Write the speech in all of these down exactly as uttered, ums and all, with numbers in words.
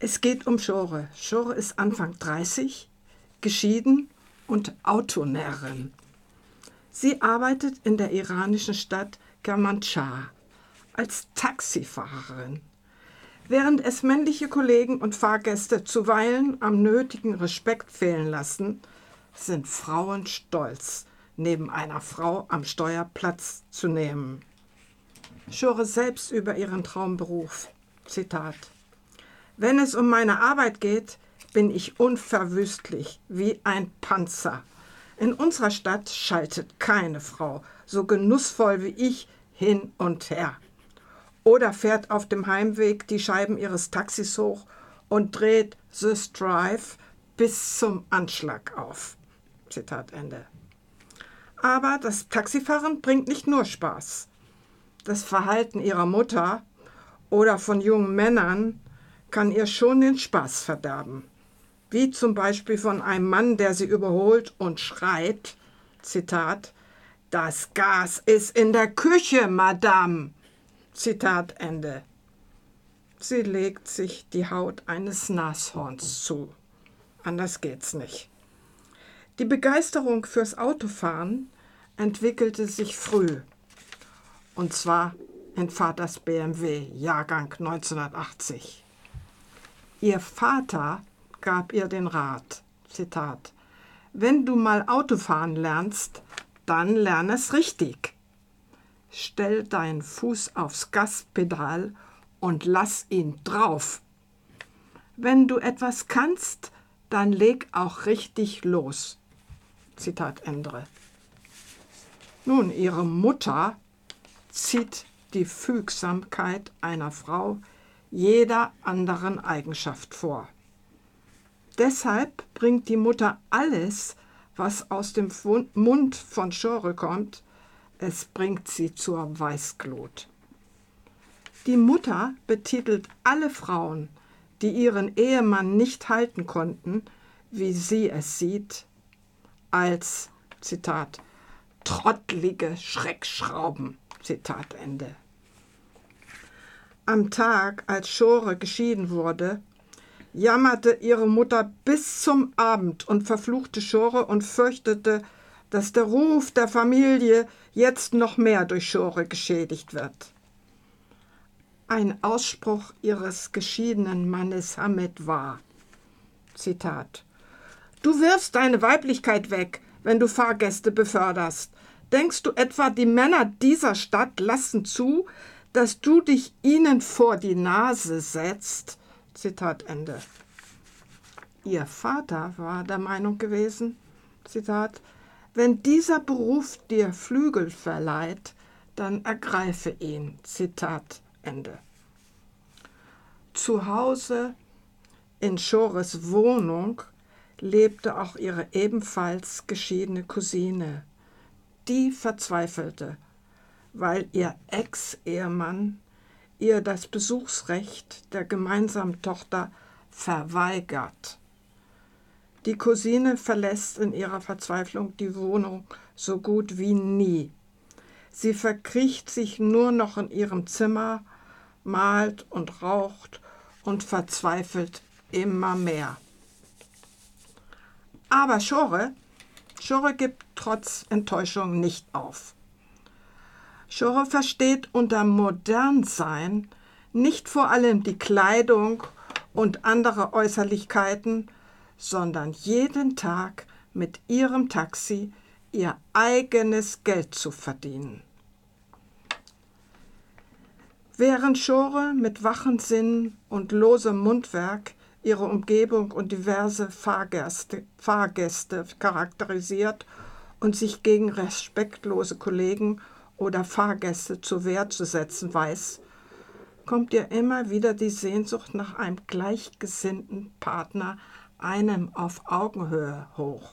Es geht um Shore. Shore ist Anfang dreißig, geschieden und Autonärrin. Sie arbeitet in der iranischen Stadt Kermanschah als Taxifahrerin. Während es männliche Kollegen und Fahrgäste zuweilen am nötigen Respekt fehlen lassen, sind Frauen stolz, neben einer Frau am Steuer Platz zu nehmen. Shore selbst über ihren Traumberuf. Zitat: Wenn es um meine Arbeit geht, bin ich unverwüstlich wie ein Panzer. In unserer Stadt schaltet keine Frau so genussvoll wie ich hin und her. Oder fährt auf dem Heimweg die Scheiben ihres Taxis hoch und dreht The Strive bis zum Anschlag auf. Zitat Ende. Aber das Taxifahren bringt nicht nur Spaß. Das Verhalten ihrer Mutter oder von jungen Männern kann ihr schon den Spaß verderben. Wie zum Beispiel von einem Mann, der sie überholt und schreit, Zitat: Das Gas ist in der Küche, Madame. Zitat Ende. Sie legt sich die Haut eines Nashorns zu. Anders geht's nicht. Die Begeisterung fürs Autofahren entwickelte sich früh. Und zwar in Vaters B M W, Jahrgang neunzehnhundertachtzig. Ihr Vater gab ihr den Rat, Zitat: Wenn du mal Autofahren lernst, dann lern es richtig. Stell deinen Fuß aufs Gaspedal und lass ihn drauf. Wenn du etwas kannst, dann leg auch richtig los. Zitat Ende. Nun, ihre Mutter zieht die Fügsamkeit einer Frau jeder anderen Eigenschaft vor. Deshalb bringt die Mutter alles, was aus dem Mund von Shore kommt, es bringt sie zur Weißglut. Die Mutter betitelt alle Frauen, die ihren Ehemann nicht halten konnten, wie sie es sieht, als, Zitat, trottlige Schreckschrauben. Zitat Ende. Am Tag, als Shore geschieden wurde, jammerte ihre Mutter bis zum Abend und verfluchte Shore und fürchtete, dass der Ruf der Familie jetzt noch mehr durch Shore geschädigt wird. Ein Ausspruch ihres geschiedenen Mannes Hamed war, Zitat: Du wirfst deine Weiblichkeit weg, wenn du Fahrgäste beförderst. Denkst du etwa, die Männer dieser Stadt lassen zu, dass du dich ihnen vor die Nase setzt? Zitat Ende. Ihr Vater war der Meinung gewesen, Zitat: Wenn dieser Beruf dir Flügel verleiht, dann ergreife ihn. Zitat Ende. Zu Hause in Shores Wohnung lebte auch ihre ebenfalls geschiedene Cousine. Die verzweifelte, weil ihr Ex-Ehemann ihr das Besuchsrecht der gemeinsamen Tochter verweigert. Die Cousine verlässt in ihrer Verzweiflung die Wohnung so gut wie nie. Sie verkriecht sich nur noch in ihrem Zimmer, malt und raucht und verzweifelt immer mehr. Aber Shore, Shore gibt trotz Enttäuschung nicht auf. Shore versteht unter Modernsein nicht vor allem die Kleidung und andere Äußerlichkeiten, sondern jeden Tag mit ihrem Taxi ihr eigenes Geld zu verdienen. Während Shore mit wachen Sinnen und losem Mundwerk ihre Umgebung und diverse Fahrgäste, Fahrgäste charakterisiert und sich gegen respektlose Kollegen oder Fahrgäste zur Wehr zu setzen weiß, kommt ihr immer wieder die Sehnsucht nach einem gleichgesinnten Partner, einem auf Augenhöhe hoch.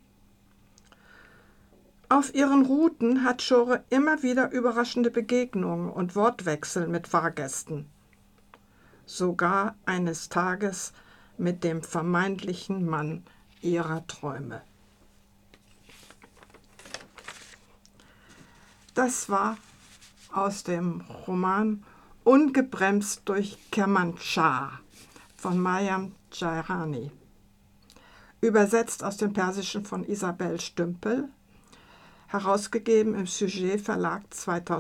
Auf ihren Routen hat Shore immer wieder überraschende Begegnungen und Wortwechsel mit Fahrgästen. Sogar eines Tages mit dem vermeintlichen Mann ihrer Träume. Das war aus dem Roman Ungebremst durch Kermanschah von Mayam Jairani. Übersetzt aus dem Persischen von Isabel Stümpel. Herausgegeben im Sujet Verlag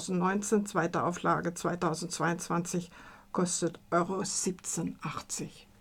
zweitausendneunzehn, zweite Auflage zweitausendzweiundzwanzig, kostet Euro siebzehn achtzig.